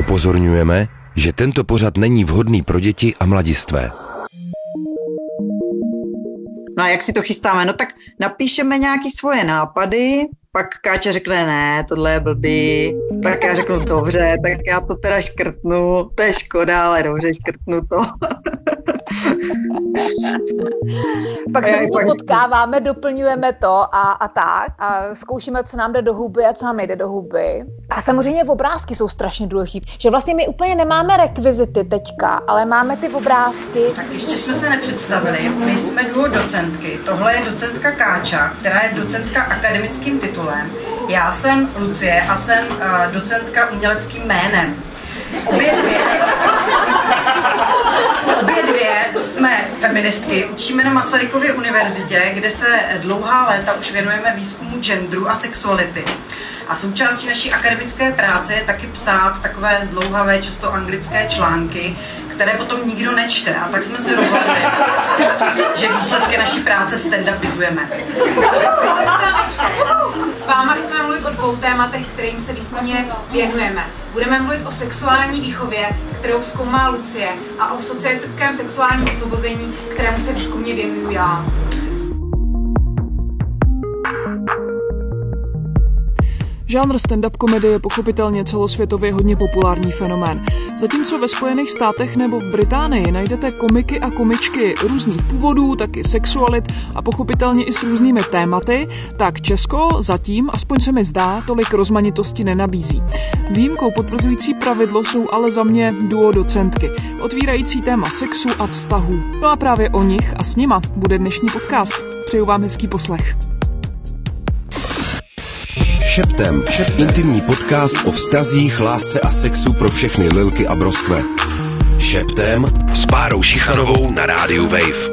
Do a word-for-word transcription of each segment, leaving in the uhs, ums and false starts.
Upozorňujeme, že tento pořad není vhodný pro děti a mladistvé. No a jak si to chystáme? No tak napíšeme nějaký svoje nápady, pak Káča řekne, ne, tohle je blbý, tak já řeknu, dobře, tak já to teda škrtnu, to je škoda, ale dobře, škrtnu to. Pak se vždycky potkáváme, doplňujeme to a, a tak a zkoušíme, co nám jde do huby a co nám nejde do huby. A samozřejmě obrázky jsou strašně důležité, že vlastně my úplně nemáme rekvizity teďka, ale máme ty obrázky. Tak ještě jsme se nepředstavili, my jsme duo docentky, tohle je docentka Káča, která je docentka akademickým titulem. Já jsem Lucie a jsem uh, docentka uměleckým jménem. Obě dvě, obě dvě jsme feministky, učíme na Masarykově univerzitě, kde se dlouhá léta už věnujeme výzkumu genderu a sexuality. A součástí naší akademické práce je taky psát takové zdlouhavé, často anglické články, které potom nikdo nečte. A tak jsme si rozhodli, že výsledky naší práce stand-upizujeme. S váma chceme mluvit o dvou tématech, kterým se výzkumně věnujeme. Budeme mluvit o sexuální výchově, kterou zkoumá Lucie, a o socialistickém sexuálním osvobození, kterému se výzkumně věnuju já. Žánr stand-up komedie je pochopitelně celosvětově hodně populární fenomén. Zatímco ve Spojených státech nebo v Británii najdete komiky a komičky různých původů, taky sexualit a pochopitelně i s různými tématy, tak Česko zatím, aspoň se mi zdá, tolik rozmanitosti nenabízí. Výjimkou potvrzující pravidlo jsou ale za mě duo docentky, otvírající téma sexu a vztahů. No a právě o nich a s nima bude dnešní podcast. Přeju vám hezký poslech. Šeptem. Intimní podcast o vztazích, lásce a sexu pro všechny lilky a broskve. Šeptem s Bárou Šichanovou na rádiu Wave.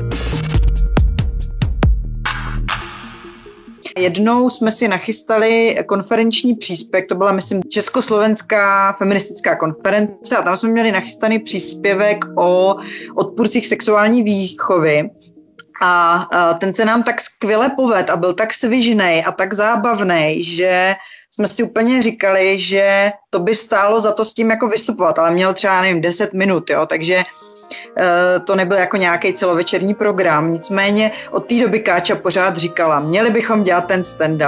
Jednou jsme si nachystali konferenční příspěvek, to byla, myslím, Československá feministická konference a tam jsme měli nachystaný příspěvek o odpůrcích sexuální výchovy. A ten se nám tak skvěle povedl a byl tak svižnej a tak zábavnej, že jsme si úplně říkali, že to by stálo za to s tím jako vystupovat, ale měl třeba, nevím, deset minut, jo, takže to nebyl jako nějaký celovečerní program. Nicméně od té doby Káča pořád říkala, měli bychom dělat ten stand-up.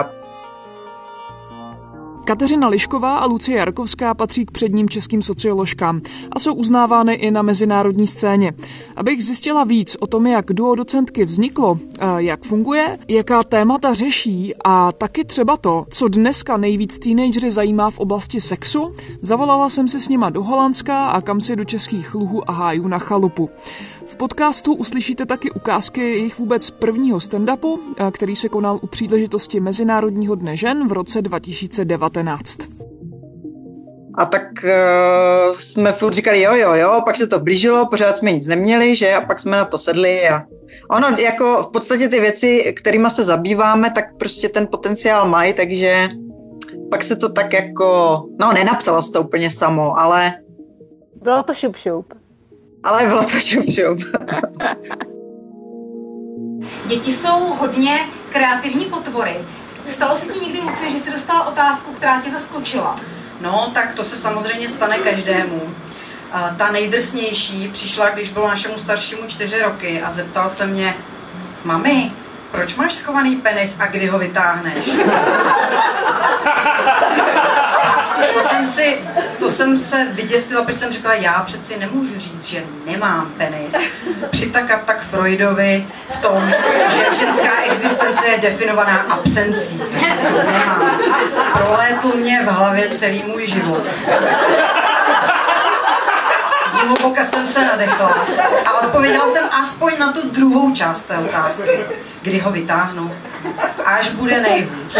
Kateřina Lišková a Lucie Jarkovská patří k předním českým socioložkám a jsou uznávány i na mezinárodní scéně. Abych zjistila víc o tom, jak duo docentky vzniklo, jak funguje, jaká témata řeší a taky třeba to, co dneska nejvíc teenagery zajímá v oblasti sexu, zavolala jsem si s nima do Holandska a kam si do českých luhů a hájů na chalupu. V podcastu uslyšíte taky ukázky jejich vůbec prvního stand-upu, který se konal u příležitosti Mezinárodního dne žen v roce dva tisíce devatenáct. A tak uh, jsme furt říkali jo, jo, jo, pak se to blížilo, pořád jsme nic neměli, že? A pak jsme na to sedli a ono jako v podstatě ty věci, kterýma se zabýváme, tak prostě ten potenciál mají, takže pak se to tak jako, no nenapsalo se to úplně samo, ale... Bylo to šup šup. Ale bylo to šup šup. Děti jsou hodně kreativní potvory. Stalo se ti někdy, Lucie, že jsi dostala otázku, která tě zaskočila? No, tak to se samozřejmě stane každému. A ta nejdrsnější přišla, když bylo našemu staršímu čtyři roky a zeptal se mě, mami, proč máš schovaný penis a kdy ho vytáhneš? To jsem, si, to jsem se vyděsila, protože jsem řekla, já přeci nemůžu říct, že nemám penis. Přitakap tak Freudovi v tom, že ženská existence je definovaná absencí. Takže co nemám. Prolétl mě v hlavě celý můj život. Zhluboka jsem se nadechla a odpověděla jsem aspoň na tu druhou část té otázky. Kdy ho vytáhnu? Až bude nejhůř.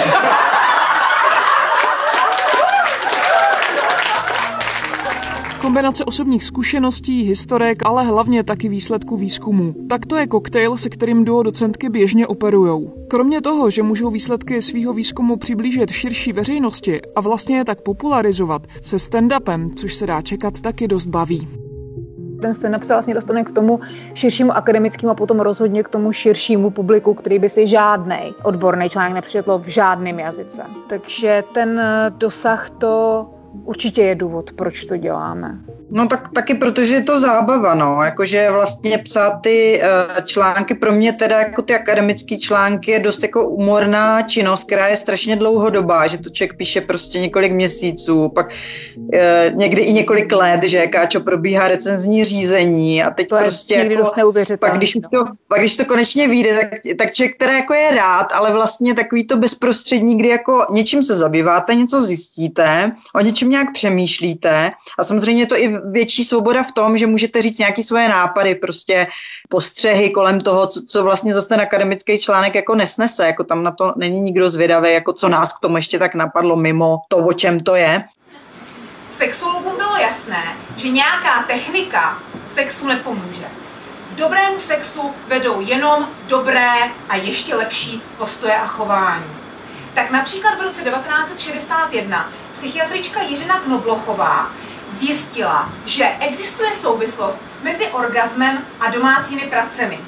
Kombinace osobních zkušeností, historek, ale hlavně taky výsledků výzkumů. Tak to je koktejl, se kterým duo docentky běžně operujou. Kromě toho, že můžou výsledky svýho výzkumu přiblížit širší veřejnosti a vlastně je tak popularizovat, se stand-upem, což se dá čekat, taky dost baví. Ten stand-up se vlastně dostane k tomu širšímu akademickému a potom rozhodně k tomu širšímu publiku, který by si žádnej odborný článek nepřečetlo v žádném jazyce. Takže ten dosah to určitě je důvod, proč to děláme. No tak taky protože je to zábava, no, jakože vlastně psát ty uh, články pro mě teda jako ty akademické články je dost jako humorná činnost, která je strašně dlouhodobá, že to člověk píše prostě několik měsíců, pak uh, někdy i několik let, že káčo probíhá recenzní řízení a teď to prostě je jako, dost neuvěřitelné. Pak když, to, pak když to konečně vyjde, tak, tak člověk teda jako je rád, ale vlastně takový to bezprostřední, kdy jako něčím se zabýváte, něco zjistíte, o něčem nějak přemýšlíte a samozřejmě to i větší svoboda v tom, že můžete říct nějaké svoje nápady, prostě postřehy kolem toho, co, co vlastně zase ten akademický článek jako nesnese, jako tam na to není nikdo zvědavý, jako co nás k tomu ještě tak napadlo mimo to, o čem to je. Sexologům bylo jasné, že nějaká technika sexu nepomůže. Dobrému sexu vedou jenom dobré a ještě lepší postoje a chování. Tak například v roce devatenáct set šedesát jedna psychiatrička Jiřina Knoblochová zjistila, že existuje souvislost mezi orgasmem a domácími pracemi.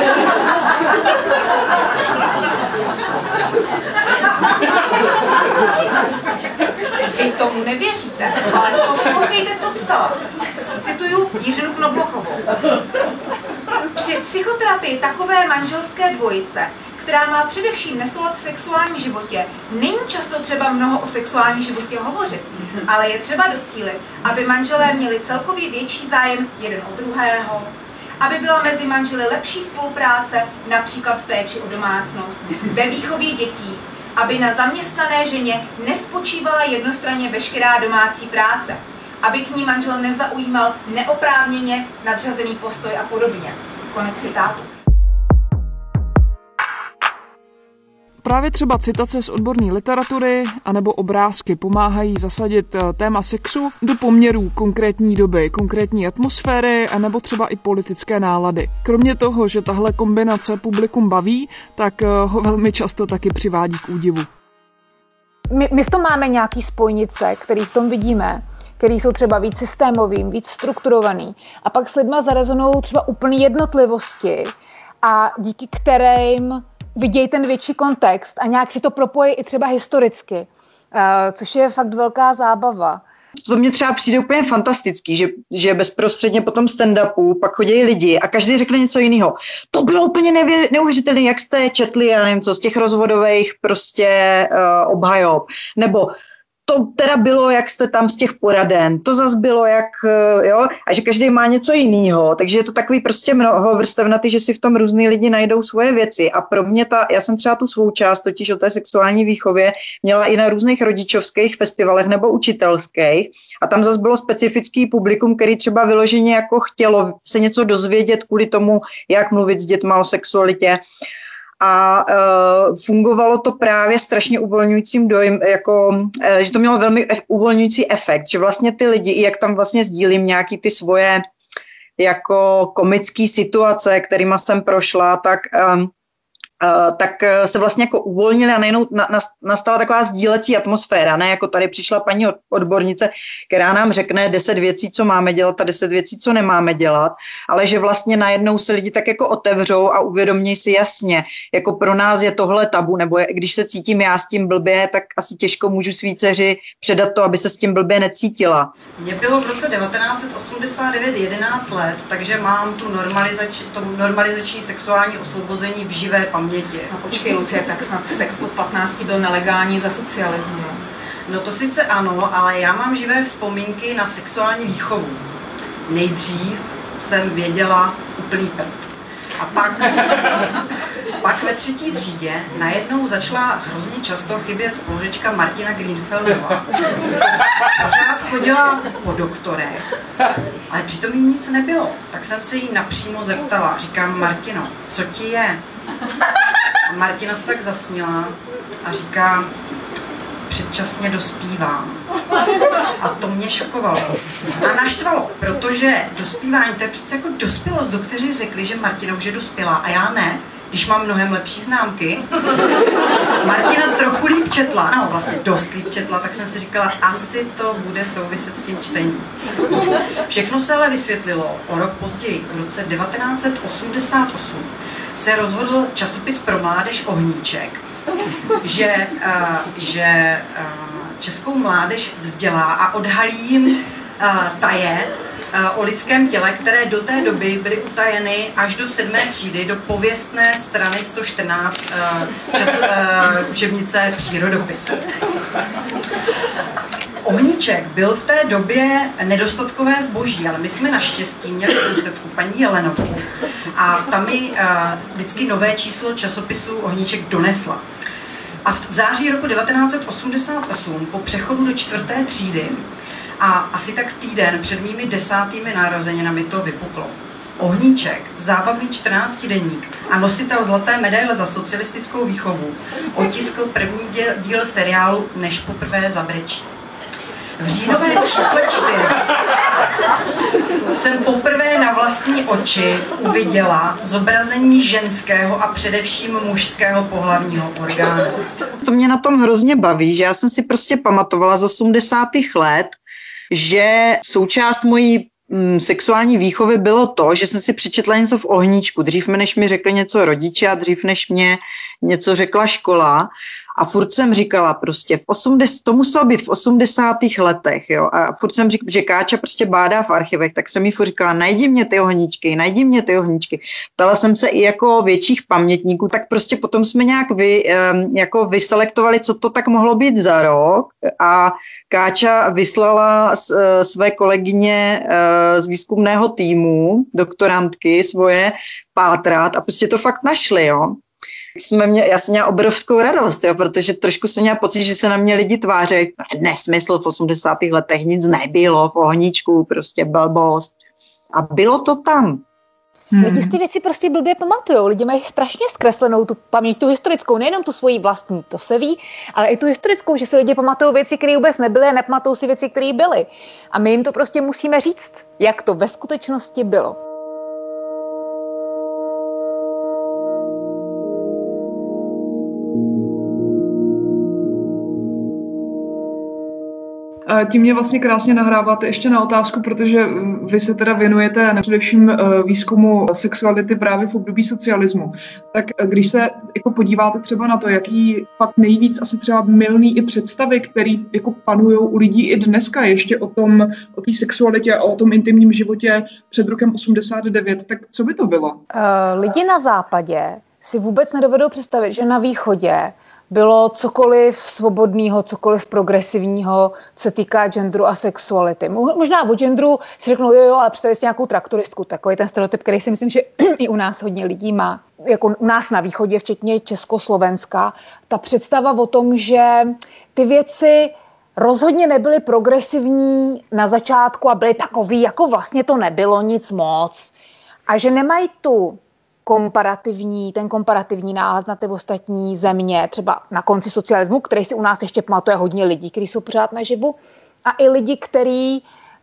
Vy tomu nevěříte, ale poslouchejte, co psala. Cituju Jiřinu Knoblochovou. Při psychoterapii takové manželské dvojice, která má především nesoulad v sexuálním životě, není často třeba mnoho o sexuálním životě hovořit, ale je třeba docílit, aby manželé měli celkově větší zájem jeden od druhého, aby byla mezi manželi lepší spolupráce, například v péči o domácnost, ve výchově dětí, aby na zaměstnané ženě nespočívala jednostranně veškerá domácí práce, aby k ní manžel nezaujímal neoprávněně nadřazený postoj a podobně. Konec citátu. Právě třeba citace z odborné literatury anebo obrázky pomáhají zasadit téma sexu do poměrů konkrétní doby, konkrétní atmosféry anebo třeba i politické nálady. Kromě toho, že tahle kombinace publikum baví, tak ho velmi často taky přivádí k údivu. My, my v tom máme nějaký spojnice, který v tom vidíme, který jsou třeba víc systémovým, víc strukturovaný. A pak s lidma zarezonují třeba úplný jednotlivosti a díky kterým vidějí ten větší kontext a nějak si to propojí i třeba historicky, což je fakt velká zábava. To mně třeba přijde úplně fantastický, že, že bezprostředně po tom stand-upu pak chodí lidi a každý řekne něco jiného. To bylo úplně nevě, neuvěřitelné, jak jste četli, já nevím co, z těch rozvodových prostě uh, obhajob. Nebo to teda bylo, jak jste tam z těch poraden, to zas bylo, jak, jo, a že každý má něco jiného, takže je to takový prostě mnohovrstevnatý, že si v tom různý lidi najdou svoje věci a pro mě ta, já jsem třeba tu svou část, totiž o té sexuální výchově, měla i na různých rodičovských festivalech nebo učitelských a tam zas bylo specifický publikum, který třeba vyloženě jako chtělo se něco dozvědět kvůli tomu, jak mluvit s dětma o sexualitě. A uh, fungovalo to právě strašně uvolňujícím dojem, jako, uh, že to mělo velmi ef- uvolňující efekt, že vlastně ty lidi, i jak tam vlastně sdílím nějaký ty svoje jako komické situace, kterýma jsem prošla, tak um, Uh, tak uh, se vlastně jako uvolnili a najednou na, na, nastala taková sdílecí atmosféra, ne jako tady přišla paní od, odbornice, která nám řekne deset věcí, co máme dělat a deset věcí, co nemáme dělat, ale že vlastně najednou se lidi tak jako otevřou a uvědomí si jasně, jako pro nás je tohle tabu, nebo je, když se cítím já s tím blbě, tak asi těžko můžu svý dceři předat to, aby se s tím blbě necítila. Mně bylo v roce devatenáct set osmdesát devět jedenáct let, takže mám tu normalizač, to normalizační sexuální osvobození v živé paměti. No počkej, Lucie, tak snad sex pod patnácti byl nelegální za socialismu. No to sice ano, ale já mám živé vzpomínky na sexuální výchovu. Nejdřív jsem věděla úplný prd. A pak, pak ve třetí třídě najednou začala hrozně často chybět spolužečka Martina Greenfeldová. Pořád chodila po doktorech, ale přitom jí nic nebylo. Tak jsem se jí napřímo zeptala, říkám, Martino, co ti je? A Martina se tak zasněla a říká, předčasně dospívám. A to mě šokovalo. A naštvalo, protože dospívání, to je přece jako dospělost. Doktoři řekli, že Martina už je dospělá a já ne, když mám mnohem lepší známky. Martina trochu líp četla, no vlastně dost líp četla, tak jsem si říkala, asi to bude souviset s tím čtením. Všechno se ale vysvětlilo o rok později, v roce devatenáct set osmdesát osm, se rozhodl časopis pro mládež Ohníček, že, uh, že uh, českou mládež vzdělá a odhalí jim uh, taje uh, o lidském těle, které do té doby byly utajeny až do sedmé třídy, do pověstné strany sto čtrnáct uh, čas, uh, učebnice přírodopisu. Ohníček byl v té době nedostatkové zboží, ale my jsme naštěstí měli sousedku paní Jelenovou a tam mi uh, vždycky nové číslo časopisu Ohníček donesla. A v září roku devatenáct set osmdesát osm po přechodu do čtvrté třídy a asi tak týden před mými desátými narozeninami to vypuklo. Ohníček, zábavný čtrnáctidenník a nositel zlaté medaile za socialistickou výchovu, otiskl první díl, díl seriálu Než poprvé zabrečí. V říjnové čísle čtyři jsem poprvé na vlastní oči uviděla zobrazení ženského a především mužského pohlavního orgánu. To mě na tom hrozně baví, že já jsem si prostě pamatovala z osmdesátých let, že součást mojí mm, sexuální výchovy bylo to, že jsem si přečetla něco v Ohníčku, dřív než mi řekli něco rodiče a dřív než mě něco řekla škola. A furt jsem říkala prostě, v osmdesátých to muselo být v osmdesátých letech, jo, a furt jsem říkala, že Káča prostě bádá v archivech, tak jsem jí furt říkala, najdi mě ty ohníčky, najdi mě ty ohníčky. Ptala jsem se i jako větších pamětníků, tak prostě potom jsme nějak vy, jako vyselektovali, co to tak mohlo být za rok a Káča vyslala své kolegyně z výzkumného týmu, doktorantky svoje, pátrat a prostě to fakt našli, jo. Jsme mě, já jsem měla obrovskou radost, jo, protože trošku jsem měla pocit, že se na mě lidi tváří, nesmysl, v osmdesátých letech nic nebylo, v Ohníčku, prostě blbost. A bylo to tam. Hmm. Lidi z ty věci prostě blbě pamatujou. Lidi mají strašně zkreslenou tu paměť, tu historickou, nejenom tu svoji vlastní, to se ví, ale i tu historickou, že si lidi pamatují věci, které vůbec nebyly a nepamatují si věci, které byly. A my jim to prostě musíme říct, jak to ve skutečnosti bylo. Tím mě vlastně krásně nahráváte ještě na otázku, protože vy se teda věnujete především výzkumu sexuality právě v období socialismu. Tak když se jako podíváte třeba na to, jaký fakt nejvíc asi třeba mylný i představy, které jako panujou u lidí i dneska ještě o tom, o té sexualitě a o tom intimním životě před rokem osmdesát devět, tak co by to bylo? Uh, lidi na západě si vůbec nedovedou představit, že na východě bylo cokoliv svobodného, cokoliv progresivního, co se týká genderu a sexuality. Možná o genderu si řeknou, jo, jo, ale představit si nějakou traktoristku, takový ten stereotyp, který si myslím, že i u nás hodně lidí má. Jako u nás na východě, včetně Československa, ta představa o tom, že ty věci rozhodně nebyly progresivní na začátku a byly takový, jako vlastně to nebylo nic moc. A že nemají tu komparativní, ten komparativní náhled na ty ostatní země, třeba na konci socialismu, který si u nás ještě pamatuje hodně lidí, kteří jsou pořád naživu, a i lidi, kteří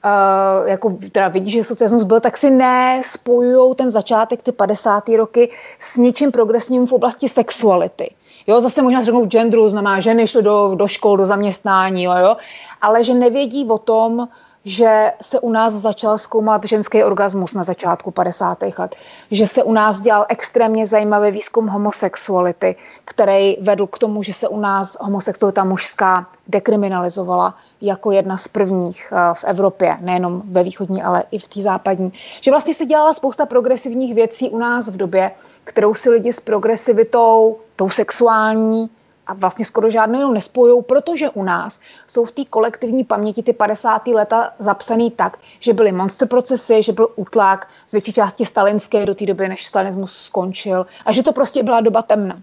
uh, jako teda vidí, že socialismus byl, tak si nespojují ten začátek, ty padesátý roky s ničím progresivním v oblasti sexuality. Jo, zase možná řeknou genderu, znamená, ženy šly do, do škol, do zaměstnání, jo, jo, ale že nevědí o tom, že se u nás začal zkoumat ženský orgasmus na začátku padesátých let, že se u nás dělal extrémně zajímavý výzkum homosexuality, který vedl k tomu, že se u nás homosexualita mužská dekriminalizovala jako jedna z prvních v Evropě, nejenom ve východní, ale i v té západní. Že vlastně se dělala spousta progresivních věcí u nás v době, kterou si lidi s progresivitou, tou sexuální, a vlastně skoro žádnou nespojou, protože u nás jsou v té kolektivní paměti ty padesátá léta zapsaný tak, že byly monster procesy, že byl útlak z větší části stalinské do té doby, než stalinismus skončil a že to prostě byla doba temna.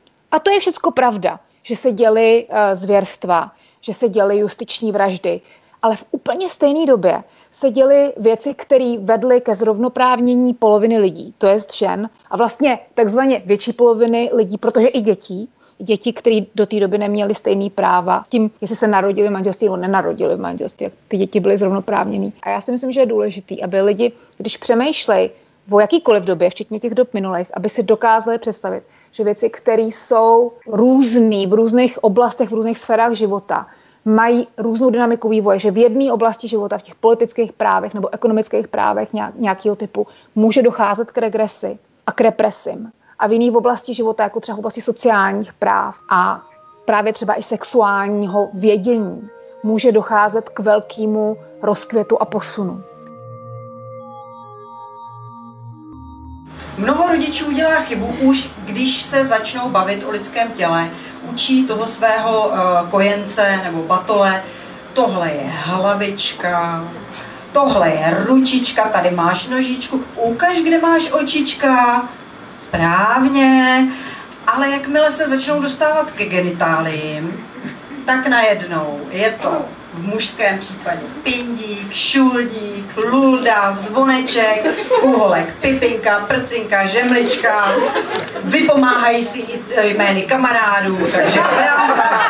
A to je všecko pravda, že se děly uh, zvěrstva, že se děly justiční vraždy, ale v úplně stejné době se děly věci, které vedly ke zrovnoprávnění poloviny lidí, to jest žen a vlastně takzvaně větší poloviny lidí, protože i dětí, děti, které do té doby neměly stejný práva s tím, jestli se narodili v manželství nebo nenarodili v manželství, jak ty děti byly zrovnoprávněný. A já si myslím, že je důležitý, aby lidi, když přemýšlejí o jakýkoliv době, včetně těch dob minulých, aby si dokázali představit, že věci, které jsou různé v různých oblastech, v různých sférách života, mají různou dynamiku vývoje, že v jedné oblasti života, v těch politických právech nebo ekonomických právech nějakého typu, může docházet k regresi a k represím. A v jiné oblasti života, jako třeba v oblasti sociálních práv a právě třeba i sexuálního vědění může docházet k velkému rozkvětu a posunu. Mnoho rodičů dělá chybu už, když se začnou bavit o lidském těle, učí toho svého uh, kojence nebo batole, tohle je hlavička, tohle je ručička, tady máš nožičku, ukaž, kde máš očička, správně, ale jakmile se začnou dostávat ke genitáliím, tak najednou je to v mužském případě pindík, šuldík, lulda, zvoneček, uholek, pipinka, prcinka, žemlička, vypomáhají si i jmény kamarádů, takže pravda,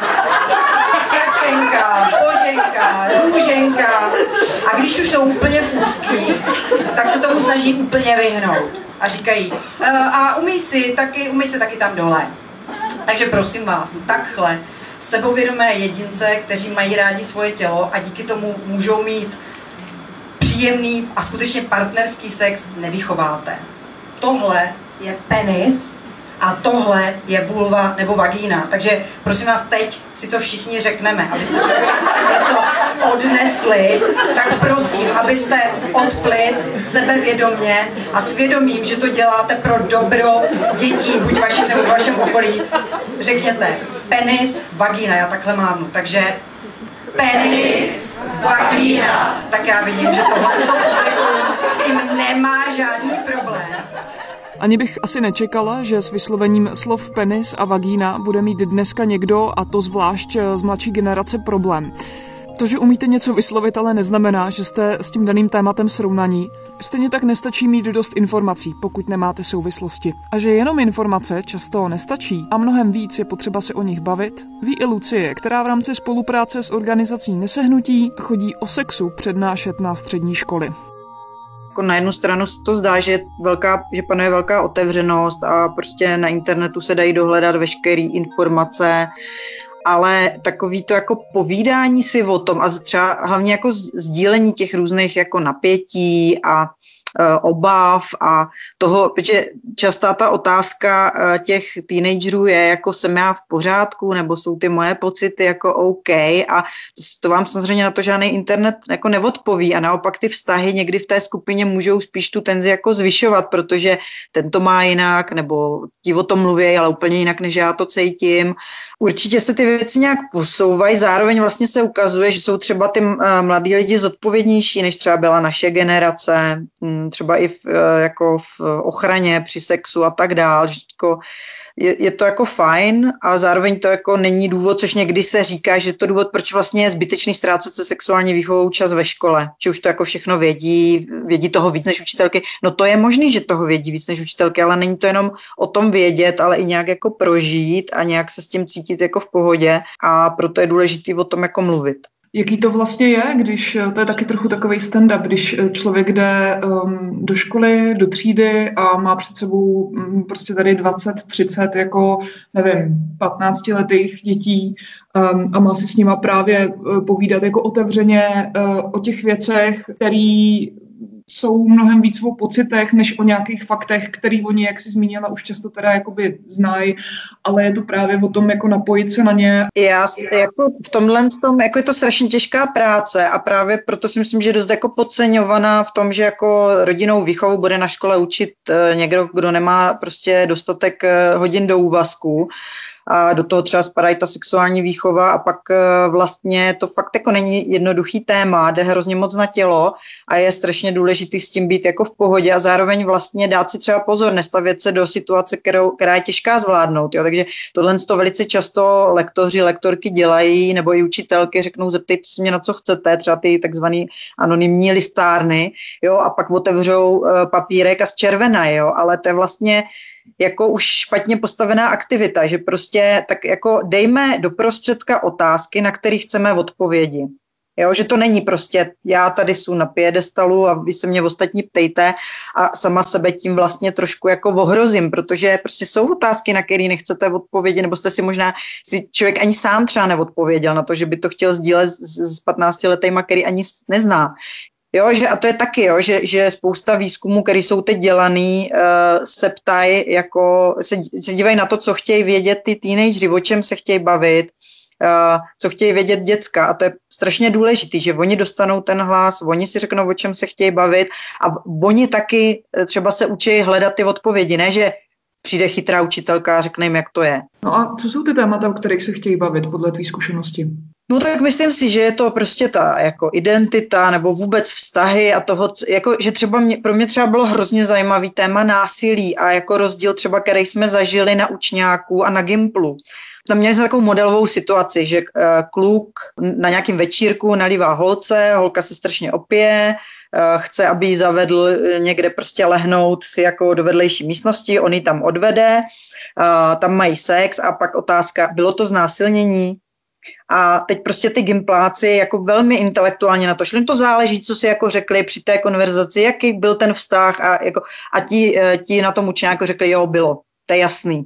pračenka, boženka, růženka. A když už jsou úplně v úzkých, tak se tomu snaží úplně vyhnout. A říkají, a umí si taky, umí si taky tam dole. Takže prosím vás, takhle sebouvědomé jedince, kteří mají rádi svoje tělo a díky tomu můžou mít příjemný a skutečně partnerský sex, nevychováte. Tohle je penis a tohle je vulva nebo vagína. Takže prosím vás, teď si to všichni řekneme, abyste si něco odnesli, tak prosím, abyste od plic sebevědomě a svědomím, že to děláte pro dobro dětí, buď vašich nebo v vašem okolí, řekněte penis, vagína, já takhle mám. Takže penis, vagína. Tak já vidím, že tohle s tím nemá žádný problém. Ani bych asi nečekala, že s vyslovením slov penis a vagína bude mít dneska někdo, a to zvlášť z mladší generace, problém. To, že umíte něco vyslovit, ale neznamená, že jste s tím daným tématem srovnaní. Stejně tak nestačí mít dost informací, pokud nemáte souvislosti. A že jenom informace často nestačí a mnohem víc je potřeba se o nich bavit, ví i Lucie, která v rámci spolupráce s organizací Nesehnutí chodí o sexu přednášet na střední školy. Na jednu stranu se to zdá, že, velká, že panuje velká otevřenost a prostě na internetu se dají dohledat veškeré informace, ale takový to jako povídání si o tom a třeba hlavně jako sdílení těch různých jako napětí a e, obav a toho, protože častá ta otázka e, těch teenagerů je jako jsem já v pořádku nebo jsou ty moje pocity jako OK a to vám samozřejmě na to žádný internet jako neodpoví a naopak ty vztahy někdy v té skupině můžou spíš tu tenzi jako zvyšovat, protože ten to má jinak nebo ti o tom mluví, ale úplně jinak, než já to cítím. Určitě se ty věci nějak posouvají, zároveň vlastně se ukazuje, že jsou třeba ty mladí lidi zodpovědnější, než třeba byla naše generace, třeba i v, jako v ochraně při sexu a tak dál. Je, je to jako fajn, ale zároveň to jako není důvod, což někdy se říká, že to důvod, proč vlastně je zbytečný ztrácet se sexuální výchovou čas ve škole. Že už to jako všechno vědí, vědí toho víc než učitelky. No to je možný, že toho vědí víc než učitelky, ale není to jenom o tom vědět, ale i nějak jako prožít a nějak se s tím cítit jako v pohodě a proto je důležité o tom jako mluvit. Jaký to vlastně je, když, to je taky trochu takový stand-up, když člověk jde um, do školy, do třídy a má před sebou um, prostě tady dvacet, třicet, jako nevím, patnáctiletých dětí um, a má si s nima právě uh, povídat jako otevřeně uh, o těch věcech, které jsou mnohem víc o pocitech, než o nějakých faktech, který oni, jak jsi zmínila, už často teda jakoby znají, ale je to právě o tom jako napojit se na ně. Já jako v tomhle tom, jako je to strašně těžká práce a právě proto si myslím, že je dost jako podceňovaná v tom, že jako rodinnou výchovu bude na škole učit někdo, kdo nemá prostě dostatek hodin do úvazku. A do toho třeba spadají ta sexuální výchova a pak vlastně to fakt jako není jednoduchý téma, jde hrozně moc na tělo a je strašně důležitý s tím být jako v pohodě a zároveň vlastně dát si třeba pozor, nestavět se do situace, kterou, která je těžká zvládnout. Jo. Takže tohle to velice často lektoři, lektorky dělají nebo i učitelky řeknou, zeptejte se mě na co chcete, třeba ty takzvaný anonymní listárny, jo, a pak otevřou papírek a zčervenají, jo, ale to je vlastně jako už špatně postavená aktivita, že prostě tak jako dejme do prostředka otázky, na které chceme odpovědi. Jo, že to není prostě já tady jsou na piedestalu a vy se mě ostatní ptejte a sama sebe tím vlastně trošku jako ohrozím, protože prostě jsou otázky, na které nechcete odpovědět, nebo jste si možná, si člověk ani sám třeba neodpověděl na to, že by to chtěl sdílet s, s patnáctiletejma, který ani nezná. Jo, že, a to je taky, jo, že, že spousta výzkumů, které jsou teď dělaný, uh, se ptají, jako, se, se dívají na to, co chtějí vědět ty teenageři, o čem se chtějí bavit, uh, co chtějí vědět děcka. A to je strašně důležitý, že oni dostanou ten hlas, oni si řeknou, o čem se chtějí bavit a oni taky třeba se učí hledat ty odpovědi, ne, že přijde chytrá učitelka a řekne jim, jak to je. No a co jsou ty témata, o kterých se chtějí bavit podle tvý zkušenosti? No tak myslím si, že je to prostě ta jako identita nebo vůbec vztahy a toho, jako, že třeba mě, pro mě třeba bylo hrozně zajímavý téma násilí a jako rozdíl třeba, který jsme zažili na učňáku a na Gimplu. Tam měli jsme takovou modelovou situaci, že uh, kluk na nějakém večírku nalívá holce, holka se strašně opije, uh, chce, aby ji zavedl někde prostě lehnout si jako do vedlejší místnosti, on ji tam odvede, uh, tam mají sex a pak otázka, bylo to znásilnění? A teď prostě ty gimpláci jako velmi intelektuálně na to šli. To záleží, co si jako řekli při té konverzaci, jaký byl ten vztah a, jako, a ti, ti na tom učňáku řekli, jo, bylo, to je jasný.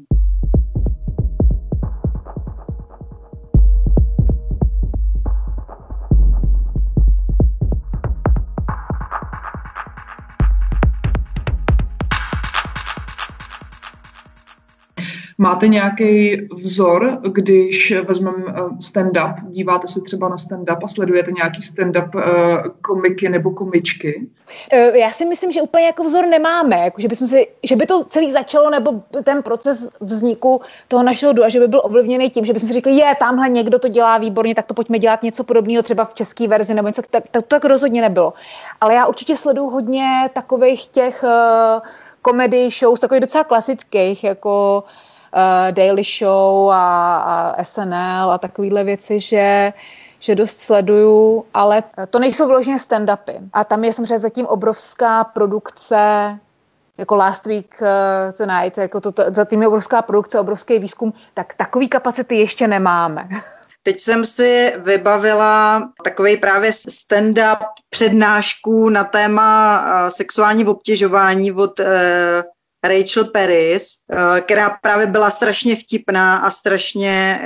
Máte nějaký vzor, když vezmeme stand-up, díváte se třeba na stand-up a sledujete nějaký stand-up uh, komiky nebo komičky? Já si myslím, že úplně jako vzor nemáme, jako že, bychom si, že by to celý začalo, nebo ten proces vzniku toho našeho dua, že by byl ovlivněný tím, že bychom si řekli, je, tamhle někdo to dělá výborně, tak to pojďme dělat něco podobného třeba v české verzi, nebo něco, tak, tak to tak rozhodně nebylo. Ale já určitě sleduju hodně takových těch uh, comedy shows, takových docela klasických, jako Uh, Daily Show a, a S N L a takovéhle věci, že, že dost sleduju, ale to nejsou vyloženě stand-upy. A tam je samozřejmě zatím obrovská produkce, jako Last Week uh, Tonight, jako to, to, zatím je obrovská produkce, obrovský výzkum, tak takový kapacity ještě nemáme. Teď jsem si vybavila takovej právě stand-up přednášku na téma uh, sexuální obtěžování od uh, Rachel Paris, která právě byla strašně vtipná a strašně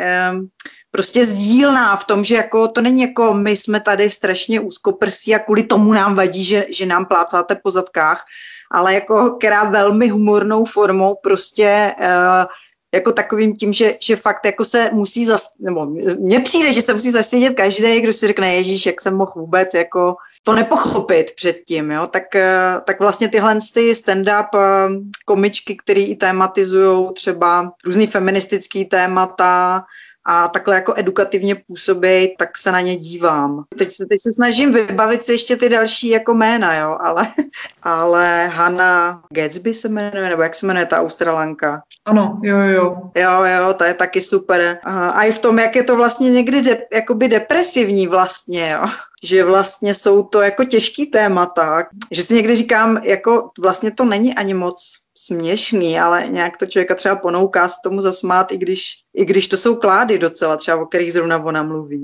prostě sdílná v tom, že jako to není jako my jsme tady strašně úzkoprsí a kvůli tomu nám vadí, že, že nám plácáte po zadkách, ale jako která velmi humornou formou prostě jako takovým tím, že, že fakt jako se musí, zas, nebo mně přijde, že se musí zastydět každý, kdo si řekne, ježíš, jak jsem mohl vůbec jako to nepochopit předtím, jo, tak, tak vlastně tyhle ty stand-up komičky, které i tématizujou třeba různý feministický témata a takhle jako edukativně působí, tak se na ně dívám. Teď se, teď se snažím vybavit si ještě ty další jako jména, jo, ale, ale Hannah Gadsby se jmenuje, nebo jak se jmenuje ta Australanka? Ano, jo, jo. Jo, jo, ta je taky super. A i v tom, jak je to vlastně někdy de, jakoby depresivní vlastně, jo. Že vlastně jsou to jako těžký témata, že si někdy říkám, jako vlastně to není ani moc směšný, ale nějak to člověka třeba ponouká se tomu zasmát, i když, i když to jsou klády docela, třeba o kterých zrovna ona mluví.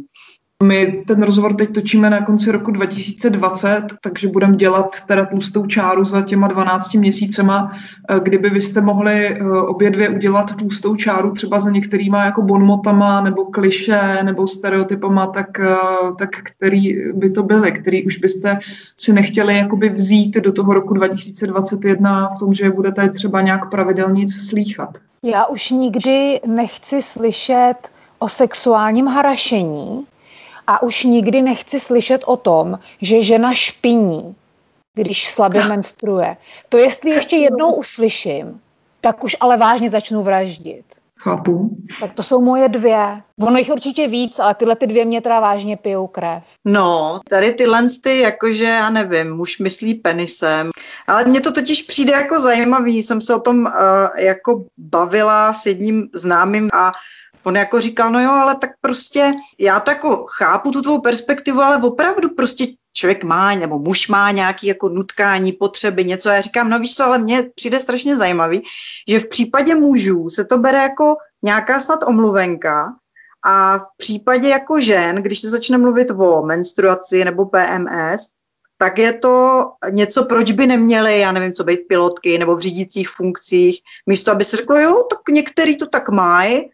My ten rozhovor teď točíme na konci roku dva tisíce dvacet, takže budeme dělat teda tlustou čáru za těma dvanácti měsícema. Kdyby vy jste mohli obě dvě udělat tlustou čáru třeba za některýma jako bonmotama nebo klišé nebo stereotypama, tak, tak který by to byly, který už byste si nechtěli jakoby vzít do toho roku dva tisíce dvacet jedna v tom, že budete třeba nějak pravidelně slýchat? Já už nikdy nechci slyšet o sexuálním harašení, a už nikdy nechci slyšet o tom, že žena špiní, když slabě menstruuje. To jestli ještě jednou uslyším, tak už ale vážně začnu vraždit. Chápu. Tak to jsou moje dvě. Ono jich určitě víc, ale tyhle ty dvě mě teda vážně pijou krev. No, tady tyhle ty, jakože, já nevím, muž myslí penisem. Ale mně to totiž přijde jako zajímavý. Jsem se o tom uh, jako bavila s jedním známým a on jako říkal, no jo, ale tak prostě já to jako chápu tu tvou perspektivu, ale opravdu prostě člověk má, nebo muž má nějaký jako nutkání, potřeby, něco. Já říkám, no víš co, ale mně přijde strašně zajímavý, že v případě mužů se to bere jako nějaká snad omluvenka a v případě jako žen, když se začne mluvit o menstruaci nebo P M S, tak je to něco, proč by neměli, já nevím, co být pilotky nebo v řídících funkcích, místo aby se řeklo, jo, tak některý to tak mají,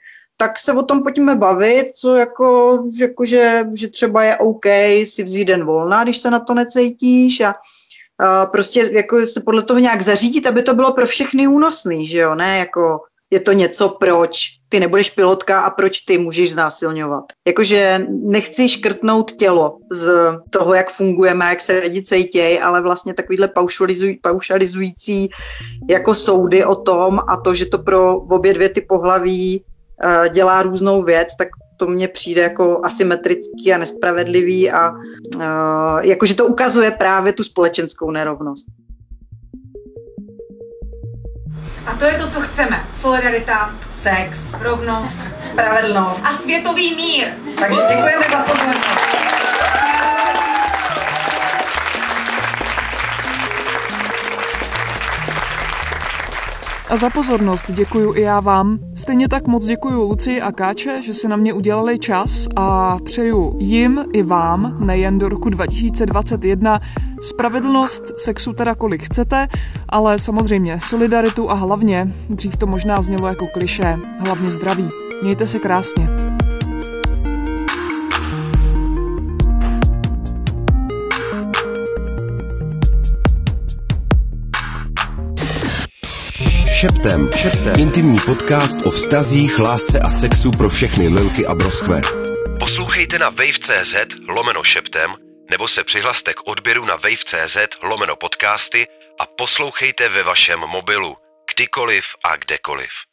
tak se o tom pojďme bavit, co jako, jako že, že třeba je OK si vzít den volna, když se na to necítíš a, a prostě jako se podle toho nějak zařídit, aby to bylo pro všechny únosný, že jo, ne jako je to něco, proč ty nebudeš pilotka a proč ty můžeš znásilňovat. Jakože nechci škrtnout tělo z toho, jak fungujeme, jak se lidi cítějí, ale vlastně takovýhle paušalizuj, paušalizující jako soudy o tom a to, že to pro obě dvě ty pohlaví uh, dělá různou věc, tak to mně přijde jako asymetrický a nespravedlivý a uh, jakože to ukazuje právě tu společenskou nerovnost. A to je to, co chceme. Solidarita, sex, rovnost, spravedlnost a světový mír. Takže děkujeme za pozornost. A za pozornost děkuju i já vám. Stejně tak moc děkuju Lucii a Káče, že si na mě udělali čas a přeju jim i vám, nejen do roku dva tisíce dvacet jedna, spravedlnost, sexu teda kolik chcete, ale samozřejmě solidaritu a hlavně, dřív to možná znělo jako klišé, hlavně zdraví. Mějte se krásně. Šeptem. Šeptem. Intimní podcast o vztazích, lásce a sexu pro všechny lilky a broskve. Poslouchejte na wave.cz lomeno šeptem nebo se přihlaste k odběru na wave.cz lomeno podcasty a poslouchejte ve vašem mobilu, kdykoliv a kdekoliv.